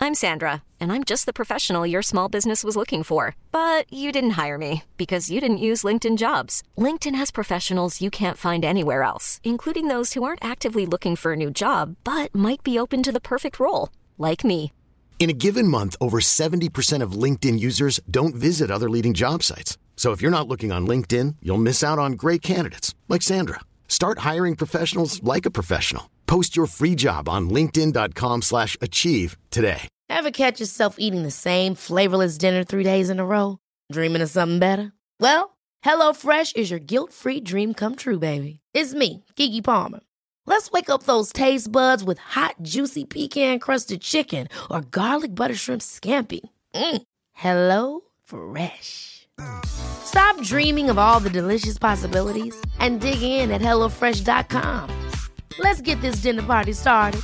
I'm Sandra, and I'm just the professional your small business was looking for. But you didn't hire me because you didn't use LinkedIn Jobs. LinkedIn has professionals you can't find anywhere else, including those who aren't actively looking for a new job, but might be open to the perfect role, like me. In a given month, over 70% of LinkedIn users don't visit other leading job sites. So if you're not looking on LinkedIn, you'll miss out on great candidates like Sandra. Start hiring professionals like a professional. Post your free job on linkedin.com/achieve today. Ever catch yourself eating the same flavorless dinner 3 days in a row? Dreaming of something better? Well, HelloFresh is your guilt-free dream come true, baby. It's me, Keke Palmer. Let's wake up those taste buds with hot, juicy pecan-crusted chicken or garlic butter shrimp scampi. HelloFresh. Stop dreaming of all the delicious possibilities and dig in at HelloFresh.com. Let's get this dinner party started.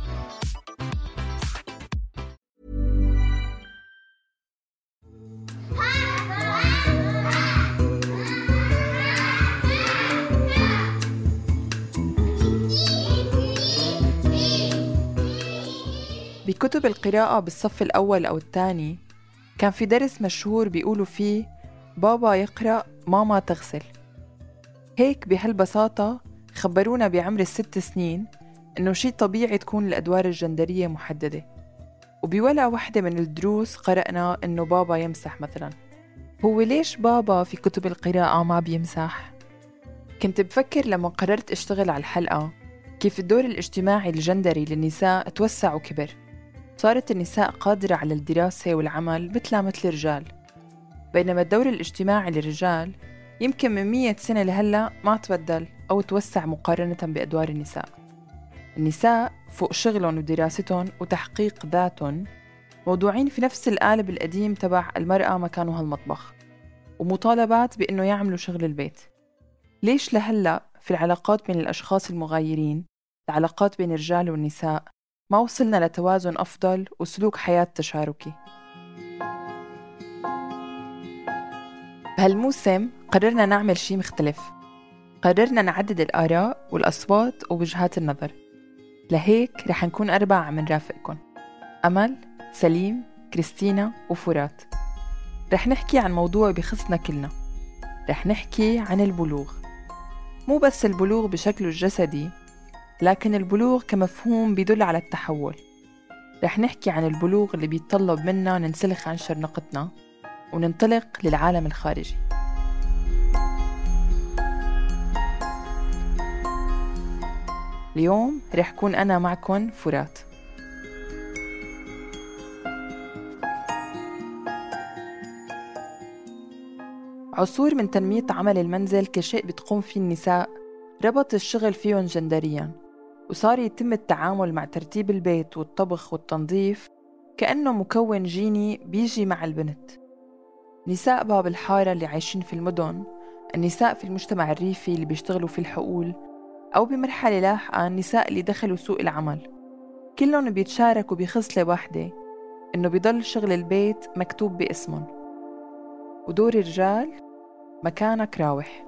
بكتب القراءة بالصف الأول أو الثاني كان في درس مشهور بيقولوا فيه بابا يقرأ ماما تغسل. هيك بهالبساطة خبرونا بعمر 6 سنين إنه شيء طبيعي تكون الأدوار الجندرية محددة، وبولا واحدة من الدروس قرأنا إنه بابا يمسح مثلا. هو ليش بابا في كتب القراءة ما بيمسح؟ كنت بفكر لما قررت أشتغل على الحلقة كيف الدور الاجتماعي الجندري للنساء توسع وكبر. صارت النساء قادرة على الدراسة والعمل مثل الرجال، بينما الدور الاجتماعي للرجال يمكن من 100 سنة لهلأ ما تبدل أو توسع مقارنة بأدوار النساء. النساء فوق شغلهم ودراستهم وتحقيق ذاتهم موضوعين في نفس القالب القديم تبع المرأة مكانها المطبخ ومطالبات بأنه يعملوا شغل البيت. ليش لهلأ في العلاقات بين الأشخاص المغايرين، العلاقات بين الرجال والنساء، ما وصلنا لتوازن أفضل وسلوك حياة تشاركي؟ بهالموسم قررنا نعمل شيء مختلف. قررنا نعدد الآراء والأصوات ووجهات النظر. لهيك رح نكون 4 عم نرافقكم: أمل، سليم، كريستينا وفرات. رح نحكي عن موضوع بخصنا كلنا. رح نحكي عن البلوغ، مو بس البلوغ بشكله الجسدي، لكن البلوغ كمفهوم بيدل على التحول. رح نحكي عن البلوغ اللي بيتطلب منا ننسلخ عن شرنقتنا وننطلق للعالم الخارجي. اليوم رح كون أنا معكم فرات. عصور من تنمية عمل المنزل كشيء بتقوم فيه النساء ربط الشغل فيهم جندرياً، وصار يتم التعامل مع ترتيب البيت والطبخ والتنظيف كأنه مكون جيني بيجي مع البنت. نساء باب الحارة اللي عايشين في المدن، النساء في المجتمع الريفي اللي بيشتغلوا في الحقول، أو بمرحلة لاحقة النساء اللي دخلوا سوق العمل، كلهم بيتشاركوا بخصلة واحدة، إنه بيضل شغل البيت مكتوب باسمهم، ودور الرجال مكانك راوح.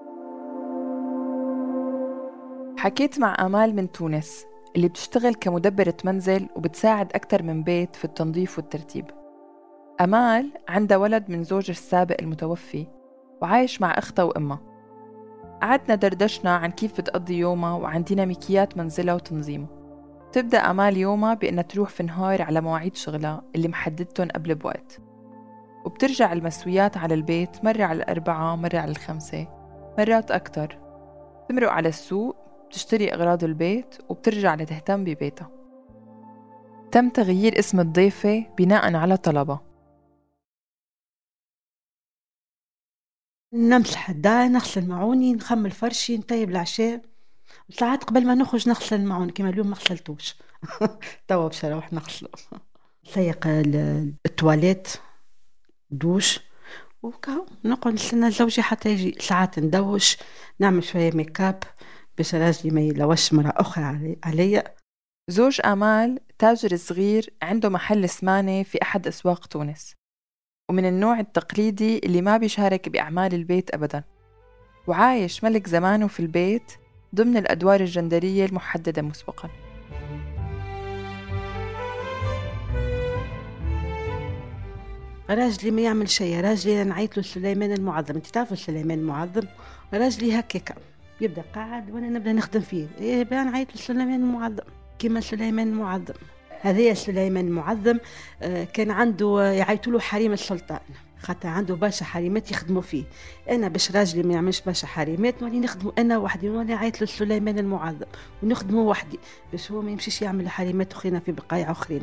حكيت مع آمال من تونس اللي بتشتغل كمدبرة منزل وبتساعد أكتر من بيت في التنظيف والترتيب. آمال عندها ولد من زوجها السابق المتوفي وعايش مع أختها وأمها. قعدنا دردشنا عن كيف بتقضي يومها وعن ديناميكيات منزلها وتنظيمه. تبدأ آمال يومها بأنها تروح في النهار على مواعيد شغلها اللي محددتهم قبل بوقت، وبترجع المسويات على البيت مرة على 4، مرة على 5، مرات أكتر. تمرق على السوق، بتشتري أغراض البيت وبترجع لتهتم ببيتها. تم تغيير اسم الضيفة بناء على طلبها. نمسح الدار، نغسل معوني، نخمل فرشي، نطيب العشاء. ساعات قبل ما نخرج نغسل المعون، كما اليوم ما غسلتوش توا باش نروح نغسله. نسيق التواليت، دوش، وكاو نقعد نستنى زوجي حتى يجي. ساعات ندوش، نعمل شوية ميكاب باش راجلي ما يلوش مرة أخرى عليا. زوج آمال تاجر صغير عنده محل سمانة في أحد أسواق تونس، ومن النوع التقليدي اللي ما بيشارك بأعمال البيت أبداً، وعايش ملك زمانه في البيت ضمن الأدوار الجندرية المحددة مسبقاً. راجلي ما يعمل شيء، راجلي نعيط له سليمان المعظم. انت تعرفوا سليمان المعظم؟ راجلي هكاك يبدا قاعد وانا نبدا نخدم فيه، ايه بقى نعيط له سليمان المعظم كيما سليمان المعظم. هذايا سليمان المعظم كان عنده يعيطوا له حريم السلطان، خاطر عنده برشا حريمات يخدموا فيه. انا باش راجلي ما يعملش برشا حريمات نولي نخدموا انا وحدي، نولي نعيط له سليمان المعظم ونخدموا وحدي باش هو ما يمشيش يعمل حريمات اخرين في بقايع اخرين.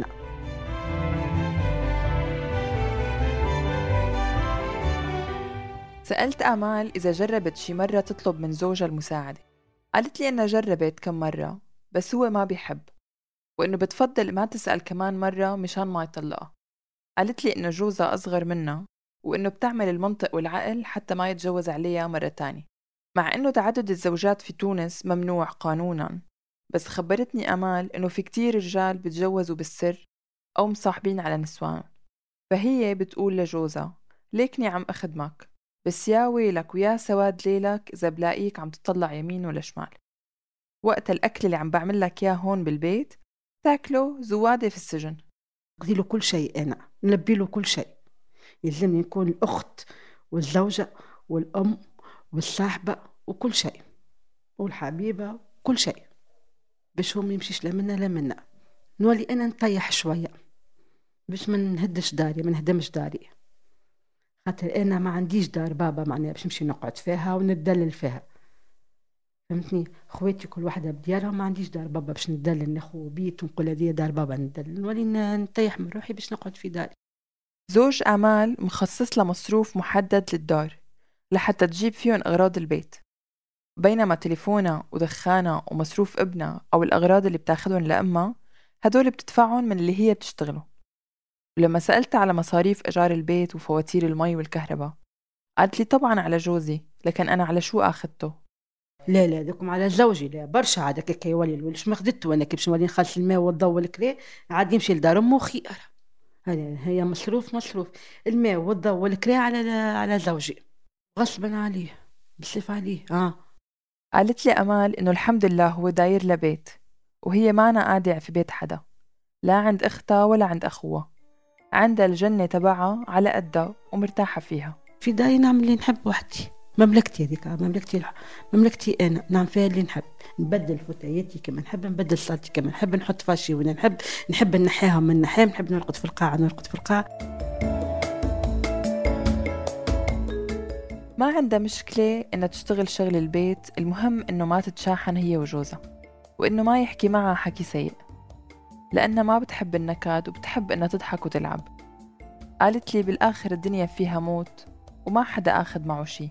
سألت آمال إذا جربت شي مرة تطلب من زوجها المساعدة. قالت لي إنها جربت كم مرة بس هو ما بيحب، وإنه بتفضل ما تسأل كمان مرة مشان ما يطلقها. قالت لي إنه جوزها أصغر منها وإنه بتعمل المنطق والعقل حتى ما يتجوز عليها مرة تانية، مع إنه تعدد الزوجات في تونس ممنوع قانوناً. بس خبرتني آمال إنه في كتير رجال بتجوزوا بالسر أو مصاحبين على نسوان. فهي بتقول لجوزها ليكني عم أخدمك، بس يا ويلك ويا سواد ليلك إذا بلاقيك عم تطلع يمين ولا شمال. وقت الأكل اللي عم بعمل لك إياه هون بالبيت تاكله زوادة في السجن. أقضي له كل شيء، أنا نلبي له كل شيء. يلزمني نكون الأخت والزوجة والأم والصاحبة وكل شيء والحبيبة كل شيء، باش هو ما يمشيش لا منا لا منا. نولي أنا نطيح شوية باش ما نهدش داري، ما نهدمش داري، خاطر أنا ما عنديش دار بابا معناها باش نمشي نقعد فيها وندلل فيها، فهمتني؟ خواتي كل واحدة بديارها، ما عنديش دار بابا باش ندلل ناخو بيت ونقول هذه دار بابا ندلل، نولي نطيح من روحي باش نقعد في داري. زوج آمال مخصص لها مصروف محدد للدار لحتى تجيب فيهم أغراض البيت، بينما تليفونها ودخانها ومصروف ابنها أو الأغراض اللي بتاخدهم لأمها هدول بتدفعهم من اللي هي بتشتغله. ولما سألت على مصاريف إيجار البيت وفواتير المي والكهرباء قالت لي طبعا على جوزي، لكن أنا على شو أخذته؟ لا لا دوكم على زوجي، لا برشا عاد كي يولي الولش ما خدته انا كيفاش نولي نخلص الماء والضوء والكري، عاد يمشي لدار امه خير. هي مصروف الماء والضوء والكري على زوجي غصبا عليه بصيف عليه. قالت لي أمال إنه الحمد لله هو داير لبيت وهي مانا قاعدة في بيت حدا، لا عند أختها ولا عند أخوها، عندها الجنة تبعها على قدها ومرتاحة فيها. في داري نعمل اللي نحب وحدي، مملكتي هذيك، مملكتي أنا نعمل فيها اللي نحب، نبدل فتياتي كما نحب، نبدل صالتي كما نحب، نحط فاشي وين نحب نحيها من نحيها، نحب نرقد في القاعة نرقد في القاعة. ما عندها مشكلة إنها تشتغل شغل البيت، المهم إنه ما تتشاحن هي وجوزها، وإنه ما يحكي معها حكي سيء، لأنها ما بتحب النكد وبتحب إنها تضحك وتلعب. قالت لي بالآخر الدنيا فيها موت وما حدا آخد معه شي.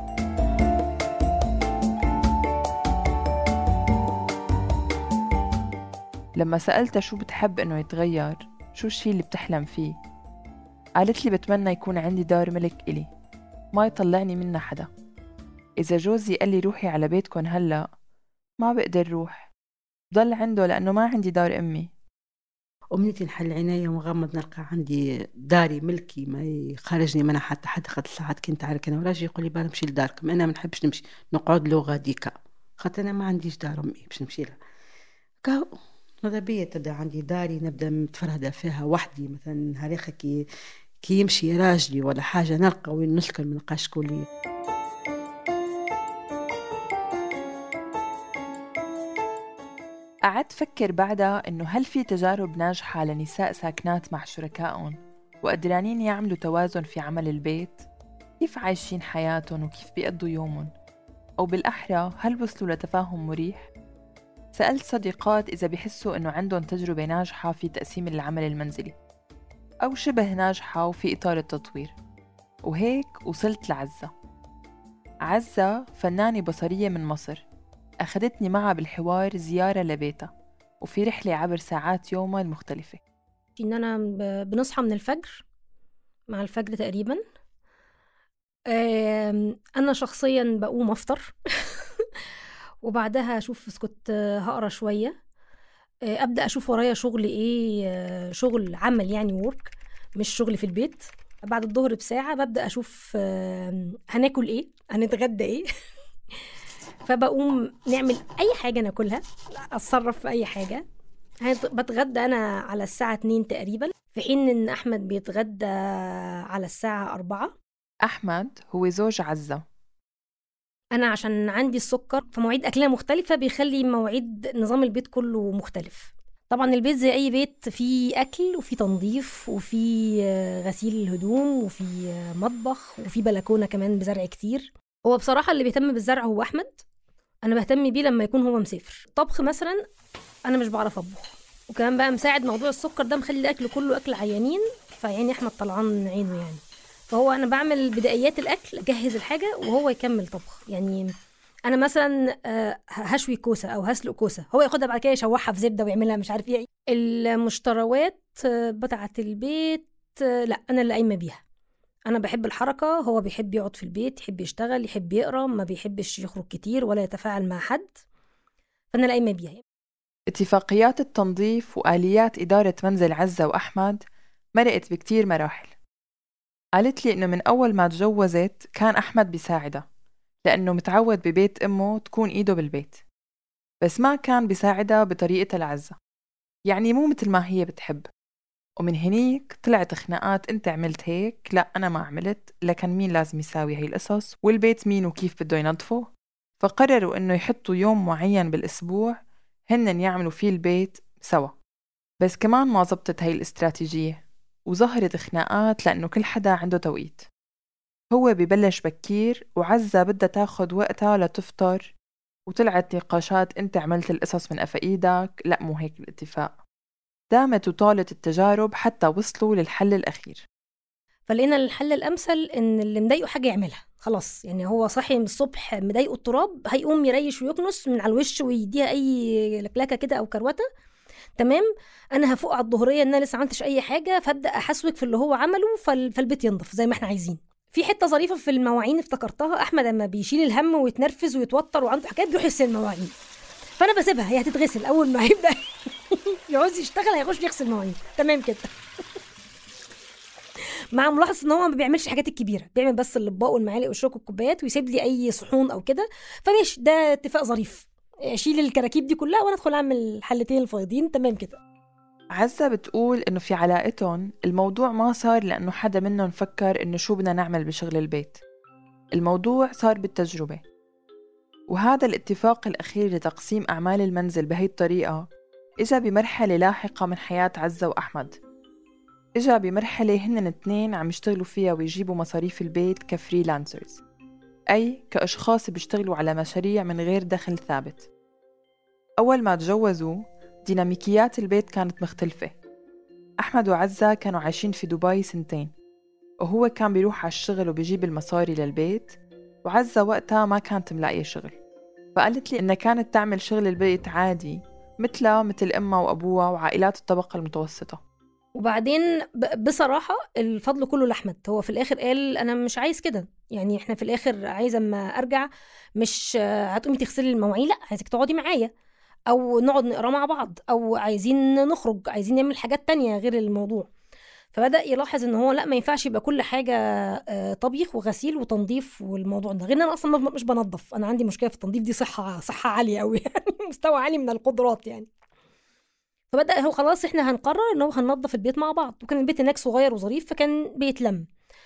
لما سألتها شو بتحب إنه يتغير، شو الشي اللي بتحلم فيه، قالت لي بتمنى يكون عندي دار ملك إلي ما يطلعني منها حدا. إذا جوزي قال لي روحي على بيتكن هلأ ما بقدر روح، ضل عنده لأنه ما عندي دار أمي. أمنيتي نحل عناية ونغمض نلقى عندي داري ملكي ما يخرجني منها حتى حد. خاطر ساعات كنت عارف أنا وراجي يقول لي بقى نمشي لداركم، أنا ما نحبش نمشي نقعد له غاديكا، خاطر أنا ما عنديش دار أمي باش نمشي لها. كاو ماذا بيا تبدا عندي داري نبدا متفرهدة فيها وحدي، مثلا نهار آخر كي يمشي راجلي ولا حاجة نلقى وين نسكن، ما نلقاش كلية. قعدت فكر بعدها إنه هل في تجارب ناجحة لنساء ساكنات مع شركائهم وقدرانين يعملوا توازن في عمل البيت؟ كيف عايشين حياتهم وكيف بيقضوا يومهم؟ أو بالأحرى هل وصلوا لتفاهم مريح؟ سألت صديقات إذا بيحسوا إنه عندهم تجربة ناجحة في تقسيم العمل المنزلي أو شبه ناجحة وفي إطار التطوير، وهيك وصلت لعزة. عزة فنانة بصرية من مصر، أخذتني معها بالحوار زيارة لبيتها وفي رحلة عبر ساعات يومها المختلفة. إن أنا بنصحى من الفجر، مع الفجر تقريبا أنا شخصيا بقوم أفطر وبعدها أشوف كنت هقرأ شوية، أبدأ أشوف ورايا شغل إيه، شغل عمل يعني وورك، مش شغل في البيت. بعد الظهر بساعة ببدأ أشوف هناكل إيه، هنتغدى إيه فبقوم نعمل أي حاجة ناكلها، أتصرف في أي حاجة. يعني بتغدى أنا على الساعة 2 تقريبا، في حين إن أحمد بيتغدى على الساعة 4. أحمد هو زوج عزة. أنا عشان عندي السكر فمواعيد أكلها مختلفة، بيخلي مواعيد نظام البيت كله مختلف. طبعا البيت زي أي بيت فيه أكل وفيه تنظيف وفيه غسيل الهدوم وفيه مطبخ وفيه بلكونة كمان بزرع كتير. هو بصراحة اللي بيهتم بالزرع هو أحمد، أنا بهتم بيه لما يكون هو مسافر. طبخ مثلا أنا مش بعرف أطبخ، وكمان بقى مساعد موضوع السكر ده مخلي الأكل كله أكل عيانين، فيعني أحمد طلعان عينه يعني. فهو أنا بعمل بدايات الأكل، أجهز الحاجة وهو يكمل طبخ. يعني أنا مثلا هشوي كوسة أو هسلق كوسة، هو ياخدها بعد كده يشوحها في زبدة ويعملها مش عارف إيه. المشتروات بتاعة البيت لا أنا اللي قايمة بيها. أنا بحب الحركة، هو بيحب يقعد في البيت، يحب يشتغل، يحب يقرأ، ما بيحبش يخرج كتير ولا يتفاعل مع حد، فأنا اللي قايمة بيها. اتفاقيات التنظيف وآليات إدارة منزل عزة وأحمد مرقت بكتير مراحل. قالت لي إنه من أول ما تجوزت كان أحمد بيساعدها لأنه متعود ببيت أمه تكون إيده بالبيت، بس ما كان بيساعدها بطريقة العزة، يعني مو مثل ما هي بتحب. ومن هنيك طلعت خناقات، أنت عملت هيك، لا أنا ما عملت، لكن مين لازم يساوي هاي القصص، والبيت مين وكيف بده ينظفه. فقرروا إنه يحطوا يوم معين بالأسبوع هن يعملوا فيه البيت سوا، بس كمان ما زبطت هاي الاستراتيجية وظهرت خناقات لأنه كل حدا عنده توقيت. هو ببلش بكير وعزة بدها تاخد وقتها لتفطر، وطلعت نقاشات أنت عملت القصص من قفا إيدك، لا مو هيك الاتفاق. دامت وطالت التجارب حتى وصلوا للحل الأخير. فلقينا الحل الأمثل إن اللي مضايقه حاجة يعملها خلاص. يعني هو صاحي من الصبح مضايقه التراب، هيقوم يريش ويكنس من على الوش ويديها أي لكلكة كده أو كروتة، تمام. أنا هفوق على الظهرية إن أنا لسه عملتش أي حاجة، فأبدأ أحسوك في اللي هو عمله، فالبيت ينضف زي ما إحنا عايزين. في حتة ظريفة في المواعين افتكرتها، أحمد لما بيشيل الهم ويتنرفز ويتوتر وعنده حاجات بيروح يغسل المواعين، فأنا بسيبها هي هتتغسل أول ما هيبدأ يعوز يشتغل هيخش يغسل المواعين، تمام كده. مع ملاحظة ان هو ما بيعملش الحاجات الكبيره، بيعمل بس الاطباق والمعالق والشوك والكوبايات ويسيب لي اي صحون او كده، فماشي ده اتفاق ظريف. اشيل الكراكيب دي كلها وانا ادخل اعمل حلتين الفايضين، تمام كده. عزة بتقول إنه في علاقتهم الموضوع ما صار لأنه حدا منهم فكر إنه شو بدنا نعمل بشغل البيت، الموضوع صار بالتجربة. وهذا الاتفاق الأخير لتقسيم أعمال المنزل بهي الطريقة إجا بمرحلة لاحقة من حياة عزة وأحمد. إجا بمرحلة هن الاثنين عم يشتغلوا فيها ويجيبوا مصاريف البيت كفريلانسرز، أي كأشخاص بيشتغلوا على مشاريع من غير دخل ثابت. أول ما تجوزوا ديناميكيات البيت كانت مختلفة. أحمد وعزة كانوا عايشين في دبي 2 سنين، وهو كان بيروح على الشغل وبيجيب المصاري للبيت، وعزة وقتها ما كانت ملاقية شغل، فقالت لي إنها كانت تعمل شغل البيت عادي مثلها مثل أمها وأبوها وعائلات الطبقة المتوسطة. وبعدين بصراحة الفضل كله لأحمد، هو في الآخر قال أنا مش عايز كده، يعني إحنا في الآخر عايزة أما أرجع مش هتقومي تغسلي المواعين، لأ عايزك تقعدي معايا أو نقعد نقرأ مع بعض أو عايزين نخرج، عايزين نعمل حاجات تانية غير الموضوع. فبدأ يلاحظ إن هو لأ ما ينفعش يبقى كل حاجة طبيخ وغسيل وتنظيف والموضوع ده، غير أنا أصلا مش بنظف، أنا عندي مشكلة في التنظيف دي، صحة عالية أوي يعني مستوى عالي من القدرات يعني. فبدأ هو خلاص احنا هنقرر ان هو هننظف البيت مع بعض، وكان البيت هناك صغير وظريف فكان بيتلم.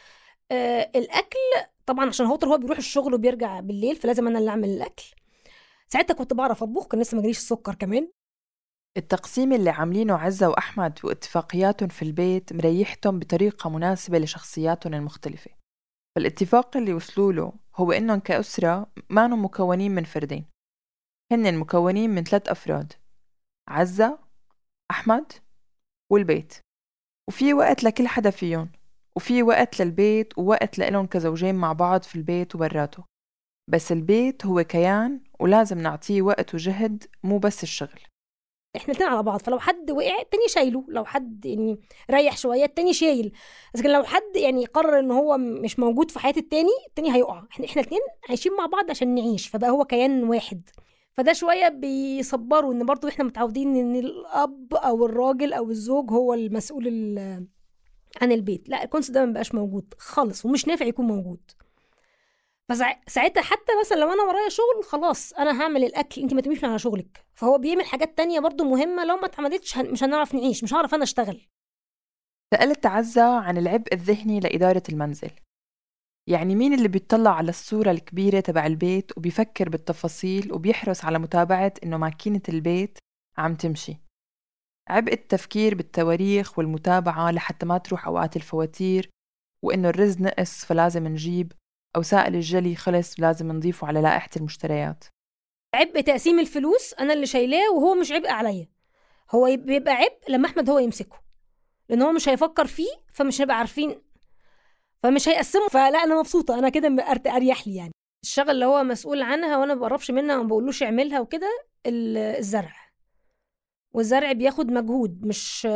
الاكل طبعا عشان هو بيروح الشغل وبيرجع بالليل فلازم انا اللي اعمل الاكل. ساعتها كنت بعرف اطبخ، كان لسه ما جاليش السكر كمان. التقسيم اللي عاملينه عزة وأحمد واتفاقياتهم في البيت مريحتهم بطريقة مناسبة لشخصياتهم المختلفة. فالاتفاق اللي وصلوا له هو إنهم كأسرة ما هم مكونين من فردين، هن مكونين من 3 أفراد: عزة، أحمد، والبيت. وفي وقت لكل حدا فيهم، وفي وقت للبيت ووقت لإلهم كزوجين مع بعض في البيت وبراته. بس البيت هو كيان ولازم نعطيه وقت وجهد، مو بس الشغل. احنا الاتنين على بعض، فلو حد وقع التاني شايله، لو حد يعني ريح شويه التاني شايل، لكن لو حد يعني قرر ان هو مش موجود في حياه التاني هيقع. احنا الاتنين عايشين مع بعض عشان نعيش، فبقى هو كيان واحد. فده شويه بيصبروا ان برضو احنا متعودين ان الاب او الراجل او الزوج هو المسؤول عن البيت، لا الكونسيبت ده ما بقاش موجود خالص ومش نافع يكون موجود. فساعتها حتى مثلا لو انا ورايا شغل خلاص انا هعمل الاكل، انت ما تقوميش من على شغلك. فهو بيعمل حاجات تانية برضو مهمة، لو ما اتعملتش مش هنعرف نعيش، مش هعرف انا اشتغل. سألت عزة عن العبء الذهني لإدارة المنزل. يعني مين اللي بيطلع على الصورة الكبيرة تبع البيت وبيفكر بالتفاصيل وبيحرص على متابعة إنه ماكينة البيت عم تمشي؟ عبء التفكير بالتواريخ والمتابعة لحتى ما تروح أوقات الفواتير، وإنه الرز نقص فلازم نجيب، أو سائل الجلي خلص لازم نضيفه على لائحة المشتريات. عبء تقسيم الفلوس أنا اللي شايلاه وهو مش عبء عليا، هو بيبقى عبء لما أحمد هو يمسكه، لأن هو مش هيفكر فيه فمش هيبقى عارفين، فمش هيقسمه. فلا أنا مبسوطة، أنا كده أريح لي يعني. الشغل اللي هو مسؤول عنها وأنا بقربش منها وما بقولوش اعملها وكده، الزرع. والزرع بياخد مجهود،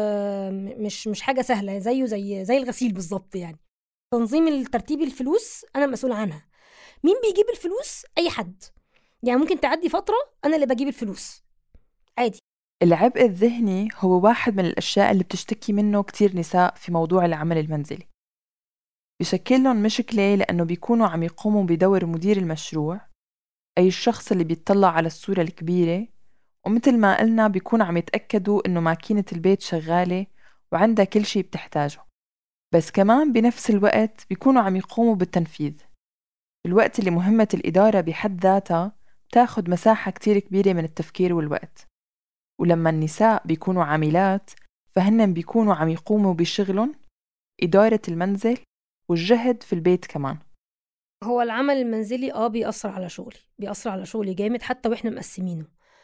مش حاجة سهلة، زي الغسيل بالظبط يعني. تنظيم الترتيب الفلوس أنا مسؤول عنها. مين بيجيب الفلوس؟ أي حد، يعني ممكن تعدي فترة أنا اللي بجيب الفلوس عادي. العبء الذهني هو واحد من الأشياء اللي بتشتكي منه كتير نساء في موضوع العمل المنزلي. بشكل لهم مشكلة لأنه بيكونوا عم يقوموا بدور مدير المشروع، أي الشخص اللي بيطلع على الصورة الكبيرة، ومثل ما قلنا بيكونوا عم يتأكدوا إنه ماكينة البيت شغالة وعندها كل شي بتحتاجه، بس كمان بنفس الوقت بيكونوا عم يقوموا بالتنفيذ، الوقت اللي مهمة الإدارة بحد ذاتها بتاخد مساحة كتير كبيرة من التفكير والوقت. ولما النساء بيكونوا عاملات فهن بيكونوا عم يقوموا بشغلهم، إدارة المنزل والجهد في البيت كمان. هو العمل المنزلي بيأثر على شغلي جامد حتى وإحنا مقسمينه،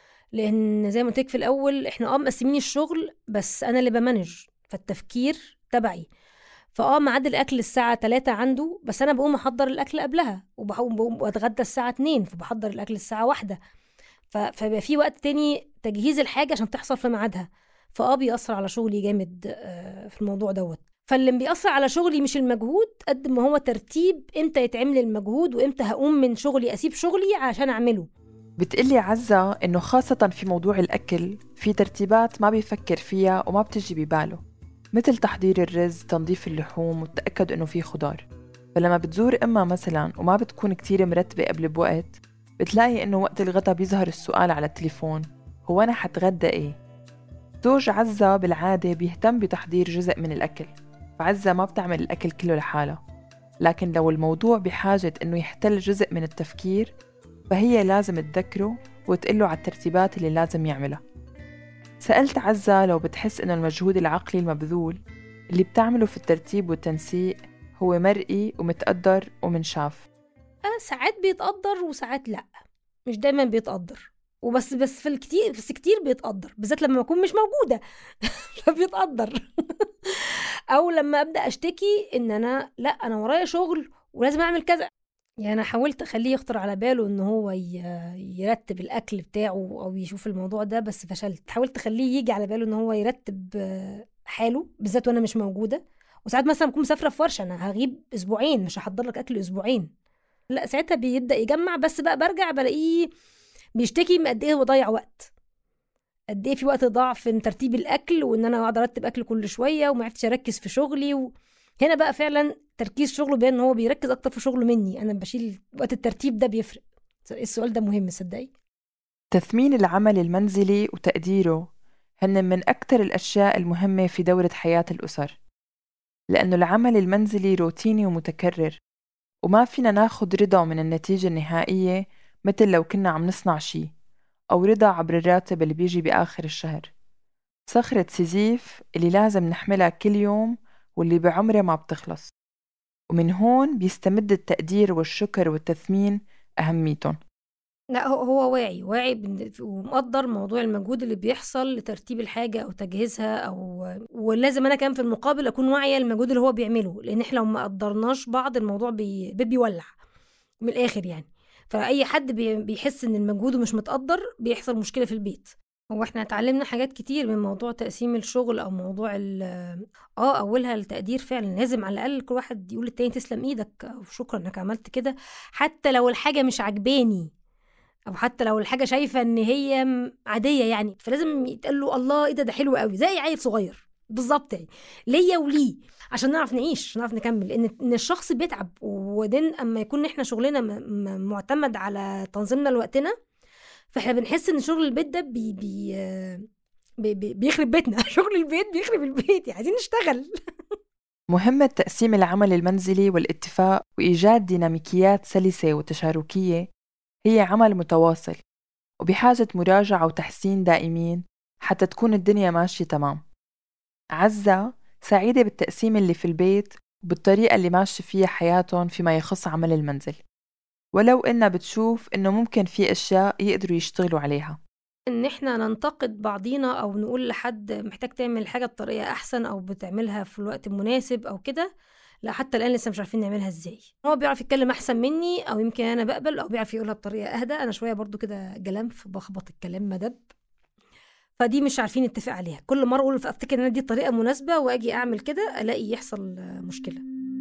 لأن زي ما قلت لك في الأول إحنا مقسمين الشغل، بس أنا اللي بمانج، فالتفكير تبعي. معدل الأكل الساعة 3 عنده، بس أنا بقوم أحضر الأكل قبلها، وبقوم أتغدى الساعة 2، فبحضر الأكل الساعة 1. فبقى في وقت تاني تجهيز الحاجة عشان تحصل في ميعادها. بيأثر على شغلي جامد في الموضوع دوت. فاللي بيأثر على شغلي مش المجهود قد ما هو ترتيب امتى يتعمل المجهود، وامتى هقوم من شغلي أسيب شغلي عشان أعمله. بتقلي عزة إنه خاصة في موضوع الأكل في ترتيبات ما بيفكر فيها وما بتجي بباله، مثل تحضير الرز، تنظيف اللحوم، والتأكد إنه في خضار. فلما بتزور أمها مثلا وما بتكون كتير مرتبة قبل بوقت، بتلاقي إنه وقت الغدا بيظهر السؤال على التليفون: هو أنا حتغدى إيه؟ زوج عزة بالعادة بيهتم بتحضير جزء من الأكل، فعزة ما بتعمل الأكل كله لحالها، لكن لو الموضوع بحاجة إنه يحتل جزء من التفكير فهي لازم تذكره وتقله على الترتيبات اللي لازم يعملها. سألت عزة لو بتحس إنه المجهود العقلي المبذول اللي بتعمله في الترتيب والتنسيق هو مرئي ومتقدر ومنشاف. ساعات بيتقدر وساعات لأ، مش دايما بيتقدر، وبس في الكتير، بس كتير بيتقدر، بالذات لما أكون مش موجودة فبيتقدر أو لما أبدأ أشتكي إن أنا ورايا شغل ولازم أعمل كذا. يعني أنا حاولت أخليه يخطر على باله إن هو يرتب الأكل بتاعه أو يشوف الموضوع ده، بس فشلت. حاولت أخليه يجي على باله إن هو يرتب حاله، بالذات وأنا مش موجودة. وساعات مثلا بكون مسافرة في ورشة، أنا هغيب أسبوعين، مش هحضر لك أكل أسبوعين. لا ساعتها بيبدأ يجمع، بس بقى برجع بلاقيه بيشتكي من قد إيه هو ضيع وقت، قد إيه في وقت ضاع في ترتيب الأكل، وإن أنا قاعدة أرتب أكل كل شوية وما عرفتش أركز في شغلي. هنا بقى فعلا تركيز شغله بين ان هو بيركز اكتر في شغله مني، انا بشيل وقت الترتيب ده بيفرق. السؤال ده مهم صدقي. تثمين العمل المنزلي وتقديره هن من أكتر الأشياء المهمة في دورة حياة الأسر، لأنه العمل المنزلي روتيني ومتكرر، وما فينا ناخد رضا من النتيجة النهائية مثل لو كنا عم نصنع شيء، أو رضا عبر الراتب اللي بيجي بآخر الشهر. صخرة سيزيف اللي لازم نحملها كل يوم واللي بعمره ما بتخلص، ومن هون بيستمد التقدير والشكر والتثمين أهميتهم. لا هو واعي ومقدر موضوع المجهود اللي بيحصل لترتيب الحاجة أو تجهيزها، ولازم أنا كمان في المقابل أكون واعية المجهود اللي هو بيعمله، لأن إحنا لو ما قدرناش بعض الموضوع بيولع من الآخر يعني. فأي حد بيحس إن المجهود مش متقدر بيحصل مشكلة في البيت. هو احنا اتعلمنا حاجات كتير من موضوع تقسيم الشغل او موضوع اولها التقدير. فعلا لازم على الاقل كل واحد يقول للتاني تسلم ايدك او شكرا انك عملت كده، حتى لو الحاجه مش عجباني او حتى لو الحاجه شايفه ان هي عاديه يعني، فلازم يتقال له الله ايه ده حلو قوي، زي عيل صغير بالظبط يعني ليا وليه عشان نعرف نعيش، نعرف نكمل. ان الشخص بيتعب، وبعدين اما يكون احنا شغلنا معتمد على تنظيمنا لوقتنا، فاحنا بنحس ان شغل البيت ده بيخرب بيتنا. شغل البيت بيخرب البيت، عايزين نشتغل. مهمة تقسيم العمل المنزلي والاتفاق وإيجاد ديناميكيات سلسة وتشاركية هي عمل متواصل وبحاجة مراجعة وتحسين دائمين حتى تكون الدنيا ماشية تمام. عزة سعيدة بالتقسيم اللي في البيت وبالطريقة اللي ماشية فيها حياتهم فيما يخص عمل المنزل، ولو إنها بتشوف إنه ممكن في أشياء يقدروا يشتغلوا عليها. ان احنا ننتقد بعضينا او نقول لحد محتاج تعمل حاجة بطريقة احسن او بتعملها في الوقت المناسب او كده، لا حتى الان لسه مش عارفين نعملها ازاي. هو بيعرف يتكلم احسن مني، او يمكن انا بقبل، او بيعرف يقولها بطريقة اهدى، انا شوية برضو كده جلنف بخبط الكلام مدب، فدي مش عارفين نتفق عليها. كل مرة اقول افتكر ان دي طريقة مناسبة واجي اعمل كده الاقي يحصل مشكلة.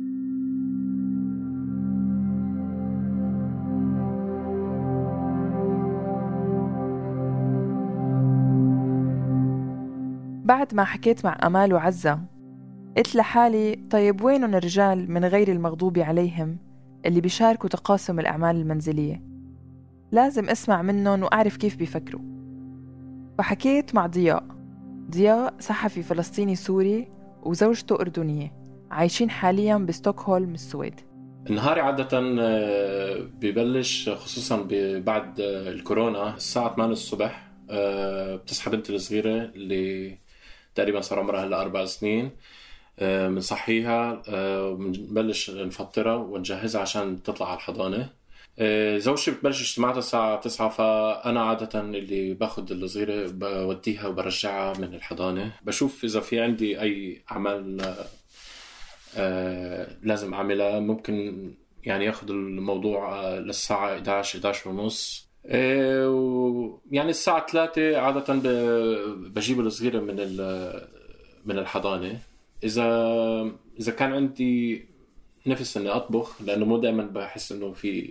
بعد ما حكيت مع أمال وعزة قلت لحالي طيب وينهم الرجال من غير المغضوب عليهم اللي بيشاركوا تقاسم الأعمال المنزلية؟ لازم أسمع منهم وأعرف كيف بيفكروا. فحكيت مع ضياء صحفي فلسطيني سوري وزوجته أردنية عايشين حالياً بستوكهولم السويد. نهاري عادة ببلش خصوصاً بعد الكورونا الساعة 8 الصبح. بتصحى بنتي الصغيرة اللي تقريباً صار عمرها هلا 4 سنين، بنصحيها بنبلش نفطرها ونجهزها عشان تطلع على الحضانة. زوجتي بتبلش اجتماعاتها الساعة 9، فأنا عادة اللي باخد الصغيرة بوديها وبرجعها من الحضانة. بشوف إذا في عندي أي أعمال لازم أعملها، ممكن يعني ياخد الموضوع للساعة 11 ونص. يعني الساعة 3 عادة بجيب الصغيرة من الحضانة. إذا كان عندي نفس إني أطبخ، لأنه مو دائما بحس إنه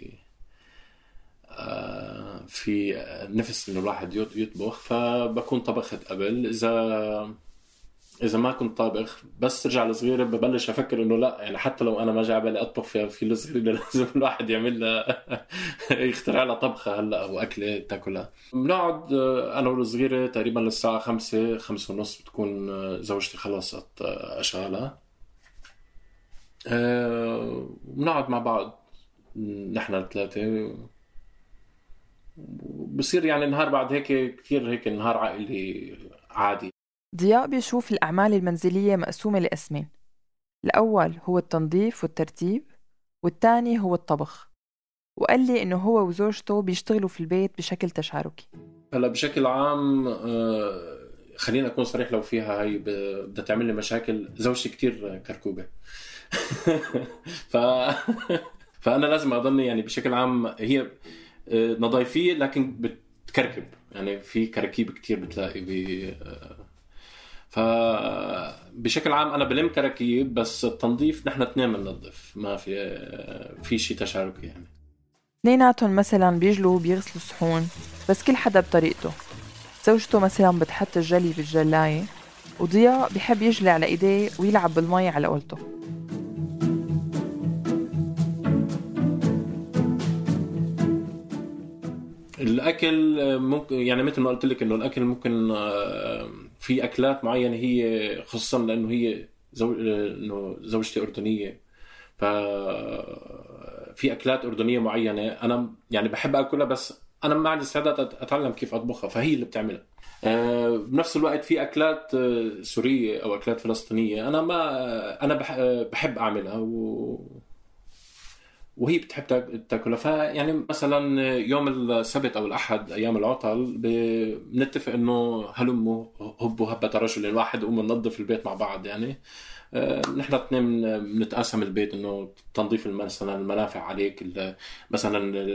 في نفس إنه الواحد يطبخ، فبكون طبخت قبل. إذا ما كنت طابخ بس ترجع الصغيرة ببلش أفكر إنه لا، يعني حتى لو أنا ما جاء بالي أطبخ في الصغيرة لازم الواحد يعمل لها يخترع لها طبخة هلا أو أكلة تاكلها. بنقعد أنا والصغيرة تقريبا للساعة 5:30 بتكون زوجتي خلصت أشغالها. بنقعد مع بعض نحن الثلاثة، بصير يعني النهار بعد هيك كتير هيك نهار عائلي عادي. ضياء بيشوف الأعمال المنزلية مقسومة لقسمين، الأول هو التنظيف والترتيب، والثاني هو الطبخ، وقال لي إنه هو وزوجته بيشتغلوا في البيت بشكل تشاركي. هلا بشكل عام خلينا أكون صريح، لو فيها هاي بدها تعمل لي مشاكل. زوجتي كتير كركوبة فأنا لازم أضلني يعني بشكل عام هي نظيفية لكن بتكركب، يعني في كراكيب كتير بتلاقي فبشكل عام أنا بلم كراكيب، بس التنظيف نحن اثنين بننظف، ما في شيء تشاركي. يعني اثنيناتهم مثلا بيجلوا وبيغسلوا صحون، بس كل حدا بطريقته. زوجته مثلا بتحط الجلي بالجلاية، وضياء بيحب يجلي على ايديه ويلعب بالمي على قولته. الأكل ممكن يعني مثل ما قلت لك إنه الأكل ممكن في أكلات معينة هي خصوصا لأنه هي إنه زوجتي أردنية، ففي أكلات أردنية معينة أنا يعني بحب أكلها، بس أنا ما عندي استعداد أتعلم كيف أطبخها، فهي اللي بتعملها. بنفس الوقت في أكلات سورية أو أكلات فلسطينية أنا بحب أعملها وهي بتحب تاكلها. فيعني مثلا يوم السبت او الاحد ايام العطل بنتفق انه هلموا هبوا هبه رجل الواحد وقوم ننظف البيت مع بعض. يعني نحن اثنين بنتقاسم البيت، انه تنظيف مثلا المنافع عليك، مثلا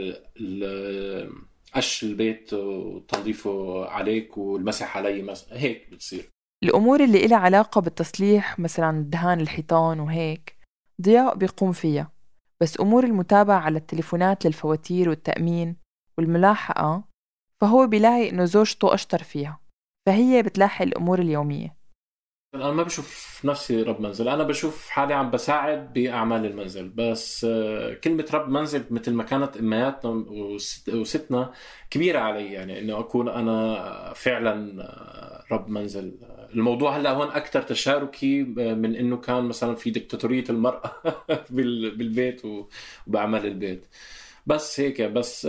قش البيت وتنظيفه عليك والمسح علي مثلا، هيك بتصير الامور اللي لها علاقه بالتصليح، مثلا دهان الحيطان وهيك ضياء بيقوم فيها، بس أمور المتابعة على التليفونات للفواتير والتأمين والملاحقة فهو بيلاقي إنه زوجته أشطر فيها، فهي بتلاحق الأمور اليومية. أنا ما بشوف نفسي رب منزل، أنا بشوف حالي عم بساعد بأعمال المنزل بس. كلمة رب منزل مثل ما كانت أمياتنا وستنا كبيرة علي، يعني إنه أكون أنا فعلا رب منزل. الموضوع هلأ هون أكثر تشاركي من إنه كان مثلا في دكتاتورية المرأة بالبيت وبأعمال البيت، بس هيك بس.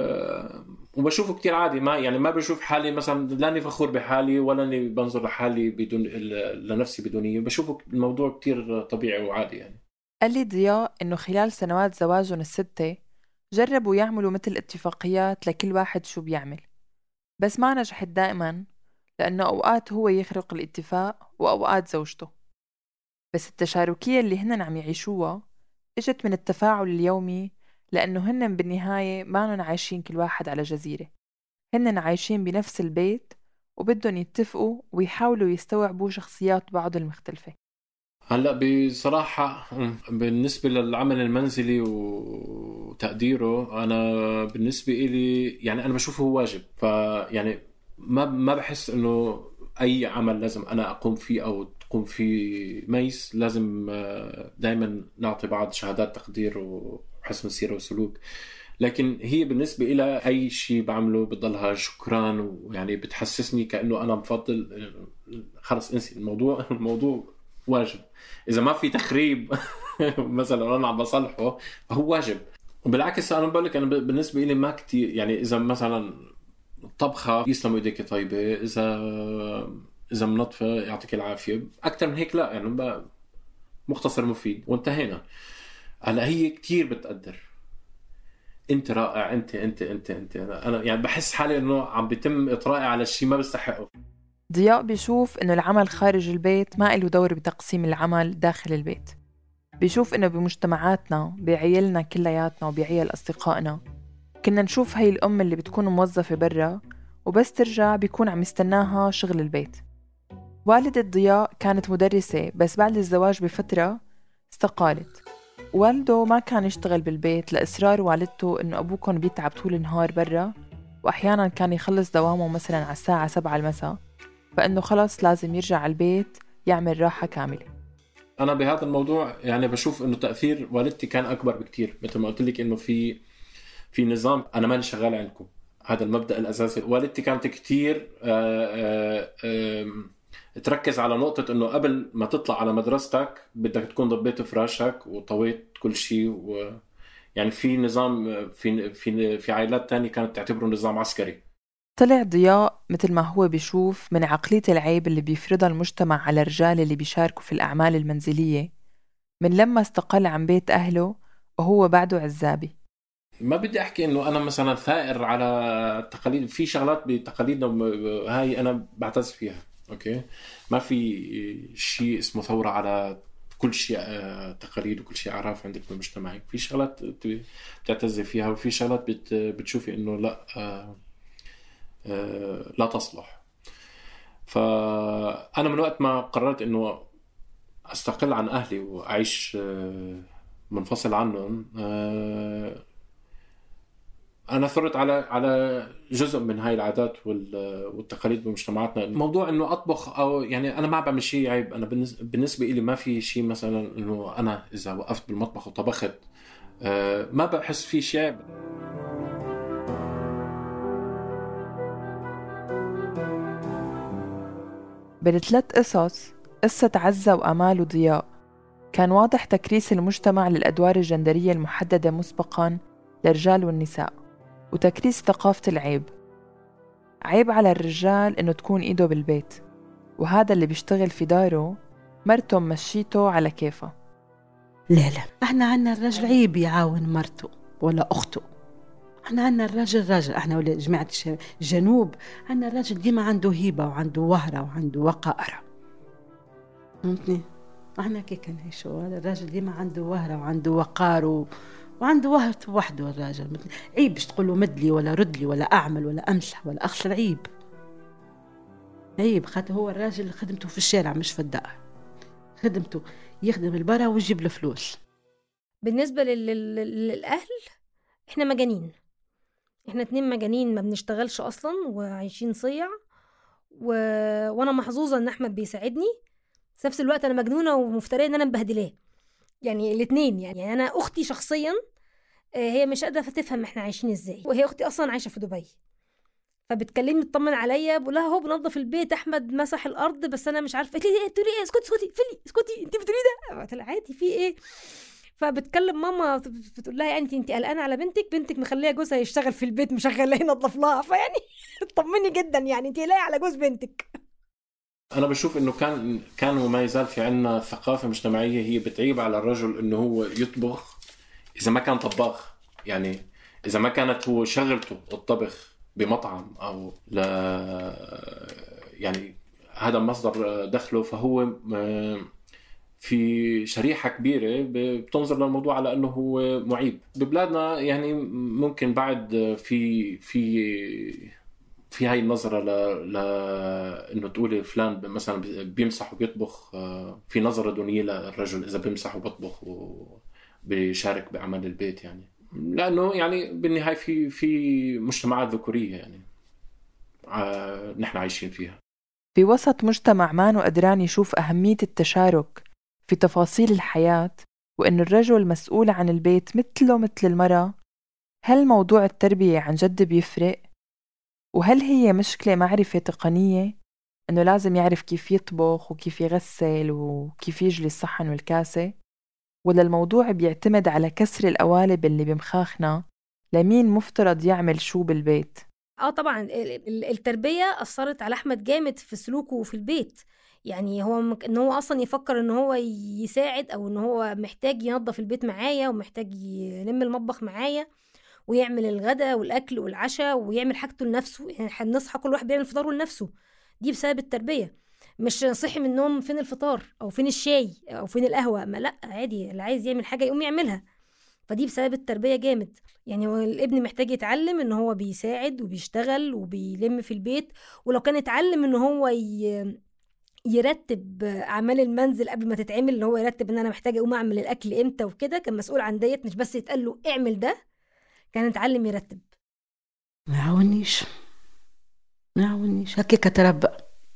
وبشوفه كتير عادي، ما يعني ما بشوف حالي مثلا لاني فخور بحالي ولا اني بنظر لحالي بدون لنفسي بدونية. بشوفه الموضوع كتير طبيعي وعادي يعني. قال لي ضياء إنه خلال سنوات زواجهم الستة جربوا يعملوا مثل اتفاقيات لكل واحد شو بيعمل، بس ما نجحت دائما، لأنه أوقات هو يخرق الاتفاق وأوقات زوجته. بس التشاركية اللي هن عم يعيشوها إجت من التفاعل اليومي، لأنه هن بالنهاية مانن عايشين كل واحد على جزيرة، هن عايشين بنفس البيت وبدهم يتفقوا ويحاولوا يستوعبوا شخصيات بعض المختلفة. هلا بصراحة بالنسبة للعمل المنزلي وتقديره، أنا بالنسبة إلي يعني أنا بشوفه هو واجب. فيعني ما بحس إنه أي عمل لازم أنا أقوم فيه أو تقوم فيه ميس لازم دائما نعطي بعض شهادات تقدير وحسن سيرة وسلوك. لكن هي بالنسبة إلى أي شيء بعمله بضلها شكران، ويعني بتحسسني كأنه أنا مفضل. خلص انسي الموضوع واجب. إذا ما في تخريب مثلا أنا عم بصلحه فهو واجب. وبالعكس أنا بقول لك أنا بالنسبة لي ما كتير يعني إذا مثلا طبخة يسلم إيديك طيبة، إذا منظفة يعطيك العافية، أكتر من هيك لا يعني مختصر مفيد وانتهينا. هلا هي كتير بتقدر انت رائع، انت انا يعني بحس حالي انه عم بيتم اطرائي على الشيء ما بستحقه. ضياء بيشوف انه العمل خارج البيت ما له دور بتقسيم العمل داخل البيت. بيشوف انه بمجتمعاتنا بعيالنا كلياتنا وبعيال اصدقائنا كنا نشوف هاي الام اللي بتكون موظفة برا وبس ترجع بيكون عم يستناها شغل البيت. والدة ضياء كانت مدرسة بس بعد الزواج بفترة استقالت. والده ما كان يشتغل بالبيت لإصرار والدته إنه أبوكم بيتعب طول النهار برا، وأحياناً كان يخلص دوامه مثلاً على الساعة 7 المساء، فإنه خلص لازم يرجع على البيت يعمل راحة كاملة. أنا بهذا الموضوع يعني بشوف إنه تأثير والدتي كان أكبر بكتير. مثل ما قلت لك إنه في نظام أنا ماني شغال عندكم، هذا المبدأ الأساسي. والدتي كانت كتير تركز على نقطة إنه قبل ما تطلع على مدرستك بدك تكون ضبيت فراشك وطويت كل شيء. يعني في نظام في عائلات تانية كانت تعتبره نظام عسكري. طلع ضياء مثل ما هو بيشوف من عقلية العيب اللي بيفرضها المجتمع على الرجال اللي بيشاركوا في الأعمال المنزلية من لما استقل عن بيت أهله وهو بعده عزابي. ما بدي أحكي إنه أنا مثلا ثائر على تقاليد، في شغلات بتقاليدنا هاي أنا بعتز فيها، أوكي. ما في شيء اسمه ثورة على كل شيء تقاليد وكل شيء أعراف عندك بالمجتمع. في شغلات بتعتز فيها وفي شغلات بتشوفي إنه لا لا تصلح. فأنا من وقت ما قررت إنه أستقل عن أهلي وأعيش منفصل عنهم، أنا ثرت على جزء من هاي العادات والتقاليد بمجتمعاتنا. الموضوع إنه أطبخ أو يعني أنا ما بعمل شيء عيب. أنا بالنسبة إلي ما في شيء مثلا إنه أنا إذا وقفت بالمطبخ وطبخت ما بحس في شيء عيب. بالثلاث قصص، قصة عزة وأمال وضياء، كان واضح تكريس المجتمع للأدوار الجندرية المحددة مسبقاً للرجال والنساء، وتكريس ثقافة العيب. عيب على الرجال إنه تكون إيده بالبيت، وهذا اللي بيشتغل في داره مرته مشيته على كيفه. لا احنا عنا الرجل عيب يعاون مرته ولا أخته. احنا عنا الرجل احنا ولا جماعة الجنوب عنا الرجل ديما عنده هيبة وعنده وهرة وعنده وقائرة. فهمتني؟ احنا كي كان هيشو الرجل ديما عنده وهرة وعنده وقار وعنده وهرة وحده. الرجل عيب باش تقوله مدلي ولا ردلي ولا أعمل ولا أمسح ولا أغسل. عيب خاطر هو الراجل خدمته في الشارع مش في الدار، خدمته يخدم البرا ويجيب له فلوس. بالنسبة للأهل إحنا مجانين، إحنا 2 مجانين ما بنشتغلش أصلا وعايشين صيع وأنا محظوظة إن أحمد بيساعدني في نفس الوقت انا مجنونه ومفتريه ان انا مبهدلاه، يعني الاثنين. يعني انا اختي شخصيا هي مش قادره تفهم احنا عايشين ازاي، وهي اختي اصلا عايشه في دبي، فبتكلمني تطمن عليا، بقول لها هو بنظف البيت، احمد مسح الارض بس انا مش عارفه. قالت لي تقولي ايه؟ اسكتي فلي اسكتي، انت بتقولي ده؟ قلت لها عادي، في ايه؟ فبتكلم ماما بتقول لها يعني انت قلقانه على بنتك مخليه جوزها يشتغل في البيت مشغلاه ينظف لها، فيعني طمني جدا، يعني انت قلقانه على جوز بنتك. انا بشوف انه كان وما يزال في عنا ثقافه مجتمعيه هي بتعيب على الرجل انه هو يطبخ اذا ما كان طباخ. يعني اذا ما كانت هو شغلته الطبخ بمطعم او يعني هذا مصدر دخله، فهو في شريحة كبيرة بتنظر للموضوع على أنه هو معيب. ببلادنا يعني ممكن بعد في هاي النظرة إنه تقولي فلان مثلا بيمسح وبيطبخ، في نظرة دونية للرجل إذا بيمسح وبيطبخ وبيشارك بعمل البيت، يعني لأنه يعني بالنهاية في مجتمعات ذكورية يعني نحن عايشين فيها. في وسط مجتمع ما قدران يشوف أهمية التشارك في تفاصيل الحياة وإن الرجل مسؤول عن البيت مثله مثل المرأة، هل موضوع التربية عن جد بيفرق؟ وهل هي مشكلة معرفة تقنية إنه لازم يعرف كيف يطبخ وكيف يغسل وكيف يجلي الصحن والكاسة؟ ولا الموضوع بيعتمد على كسر القوالب اللي بمخاخنا لمين مفترض يعمل شو بالبيت؟ طبعا التربية أثرت على أحمد جامد في سلوكه في البيت. يعني هو إن هو أصلا يفكر إن هو يساعد، أو إن هو محتاج ينظف البيت معايا ومحتاج يلم المطبخ معايا ويعمل الغداء والأكل والعشاء ويعمل حاجته لنفسه. يعني هنصحى كل واحد بيعمل فطاره لنفسه، دي بسبب التربية. مش صحي من النوم فين الفطار أو فين الشاي أو فين القهوة، ما لأ، عادي اللي عايز يعمل حاجة يقوم يعملها. فدي بسبب التربية جامد. يعني هو الابن محتاج يتعلم ان هو بيساعد وبيشتغل وبيلم في البيت، ولو كان اتعلم ان هو يرتب اعمال المنزل قبل ما تتعمل، اللي هو يرتب ان انا محتاج اقوم اعمل الاكل امتى وكده، كان مسؤول عن ديت، مش بس يتقال له اعمل ده، كان اتعلم يرتب. ما يعاونيش هكيك تربى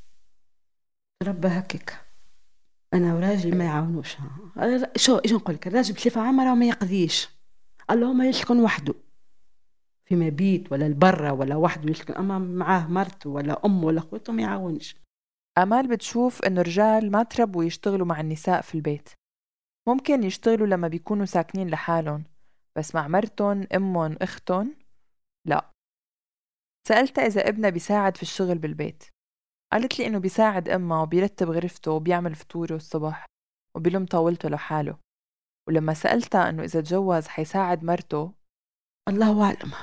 هكيك. انا وراجل ما يعاونوش. شو ايش نقول لك، الراجل بصفه عامه ما يقضيش، اللهم يسكن وحده في مبيت ولا البرة ولا وحده يسكن، اما معاه مرته ولا ام ولا اخوته ما يعاونش. آمال بتشوف إنه الرجال ما تربوا يشتغلوا مع النساء في البيت، ممكن يشتغلوا لما بيكونوا ساكنين لحالهم، بس مع مرتهم أمهم أختهم لا. سألتها إذا ابنها بيساعد في الشغل بالبيت، قالت لي إنه بيساعد أمه وبيرتب غرفته وبيعمل فطوره الصبح وبيلم طاولته لحاله. ولما سألتها إنه إذا تجوز حيساعد مرته، الله أعلم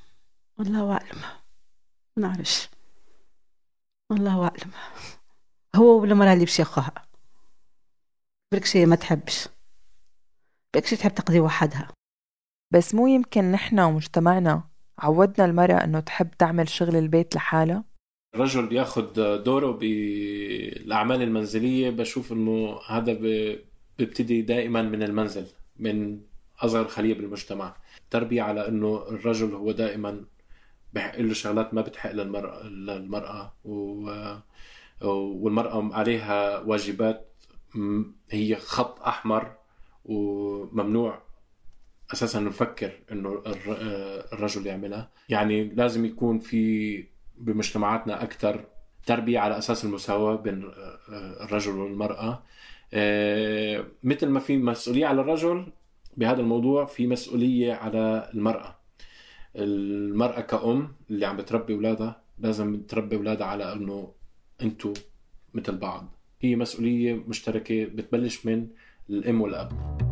نعرفش، الله أعلم. هو ولا مرة اللي بشيخها بركشي ما تحبش، بركشي تحب تقضي وحدها. بس مو يمكن نحن ومجتمعنا عودنا المرأة إنه تحب تعمل شغل البيت لحالها؟ الرجل بياخد دوره بالأعمال المنزلية. بشوف إنه هذا بيبتدي دائما من المنزل، من أصغر خلية بالمجتمع. تربية على إنه الرجل هو دائما بحق له شغلات ما بتحق للمرأة والمرأة عليها واجبات هي خط أحمر وممنوع أساسا نفكر إنه الرجل يعملها. يعني لازم يكون في بمجتمعاتنا أكثر تربية على أساس المساواة بين الرجل والمرأة. مثل ما في مسؤولية على الرجل بهذا الموضوع، في مسؤولية على المرأة كأم اللي عم بتربي أولادها، لازم تربي أولادها على أنه أنتوا مثل بعض. هي مسؤولية مشتركة بتبلش من الأم والأب.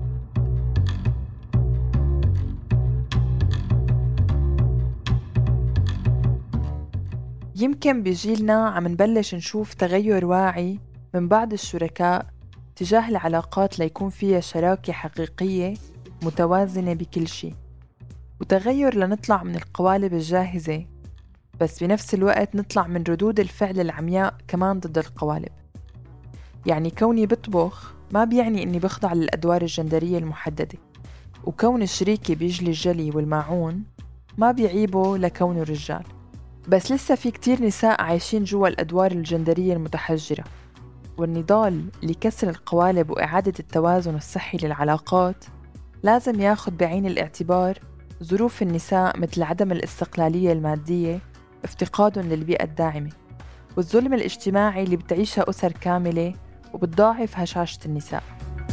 يمكن بجيلنا عم نبلش نشوف تغير واعي من بعض الشركاء تجاه العلاقات ليكون فيها شراكة حقيقية متوازنة بكل شيء، وتغير لنطلع من القوالب الجاهزة، بس بنفس الوقت نطلع من ردود الفعل العمياء كمان ضد القوالب. يعني كوني بطبخ ما بيعني إني بخضع للأدوار الجندرية المحددة، وكون الشريكة بيجلي الجلي والماعون ما بيعيبه لكونه رجال. بس لسه في كتير نساء عايشين جوا الأدوار الجندرية المتحجرة، والنضال لكسر القوالب وإعادة التوازن الصحي للعلاقات لازم ياخد بعين الاعتبار ظروف النساء مثل عدم الاستقلالية المادية، افتقادهم للبيئة الداعمة، والظلم الاجتماعي اللي بتعيشها أسر كاملة وبتضاعف هشاشة النساء.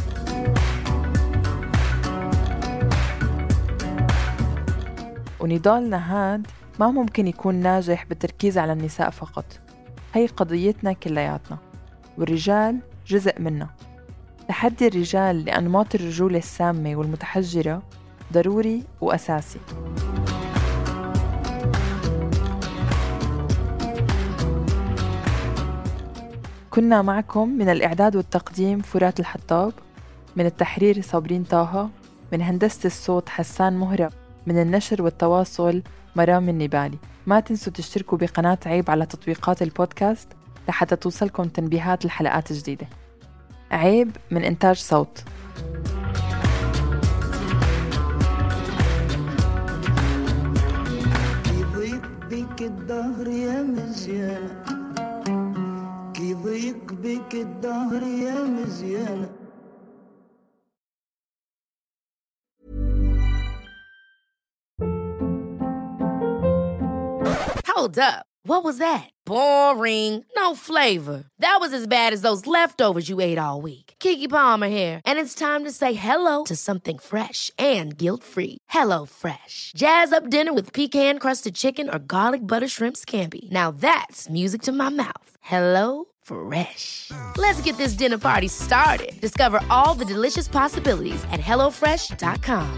ونضالنا هاد ما ممكن يكون ناجح بالتركيز على النساء فقط، هي قضيتنا كلياتنا، والرجال جزء منها. تحدي الرجال لأنماط الرجولة السامة والمتحجرة ضروري وأساسي. كنا معكم من الإعداد والتقديم فرات الحطاب، من التحرير صابرين طه، من هندسة الصوت حسان مهرب، من النشر والتواصل مرام النبالي. ما تنسوا تشتركوا بقناة عيب على تطبيقات البودكاست لحتى توصلكم تنبيهات الحلقات الجديدة. عيب من إنتاج صوت. يضيق بك الدهر يا مزيانة، يضيق بك الدهر يا مزيانة. Hold up. What was that? Boring. No flavor. That was as bad as those leftovers you ate all week. Keke Palmer here, and it's time to say hello to something fresh and guilt-free. Hello Fresh. Jazz up dinner with pecan-crusted chicken or garlic butter shrimp scampi. Now that's music to my mouth. Hello Fresh. Let's get this dinner party started. Discover all the delicious possibilities at HelloFresh.com.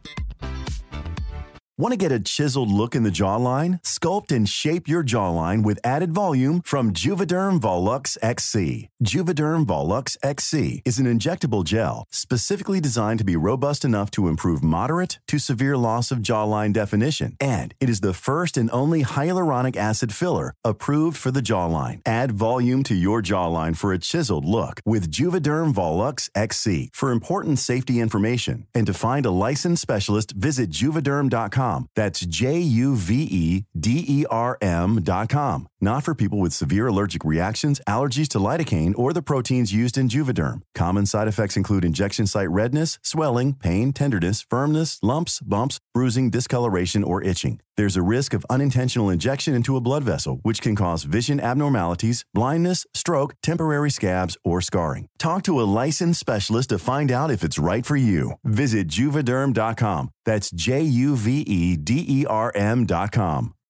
Want to get a chiseled look in the jawline? Sculpt and shape your jawline with added volume from Juvederm Volux XC. Juvederm Volux XC is an injectable gel specifically designed to be robust enough to improve moderate to severe loss of jawline definition. And it is the first and only hyaluronic acid filler approved for the jawline. Add volume to your jawline for a chiseled look with Juvederm Volux XC. For important safety information and to find a licensed specialist, visit juvederm.com. That's JUVEDERM.com. Not for people with severe allergic reactions, allergies to lidocaine, or the proteins used in Juvederm. Common side effects include injection site redness, swelling, pain, tenderness, firmness, lumps, bumps, bruising, discoloration, or itching. There's a risk of unintentional injection into a blood vessel, which can cause vision abnormalities, blindness, stroke, temporary scabs, or scarring. Talk to a licensed specialist to find out if it's right for you. Visit Juvederm.com. That's JUVEDERM.com.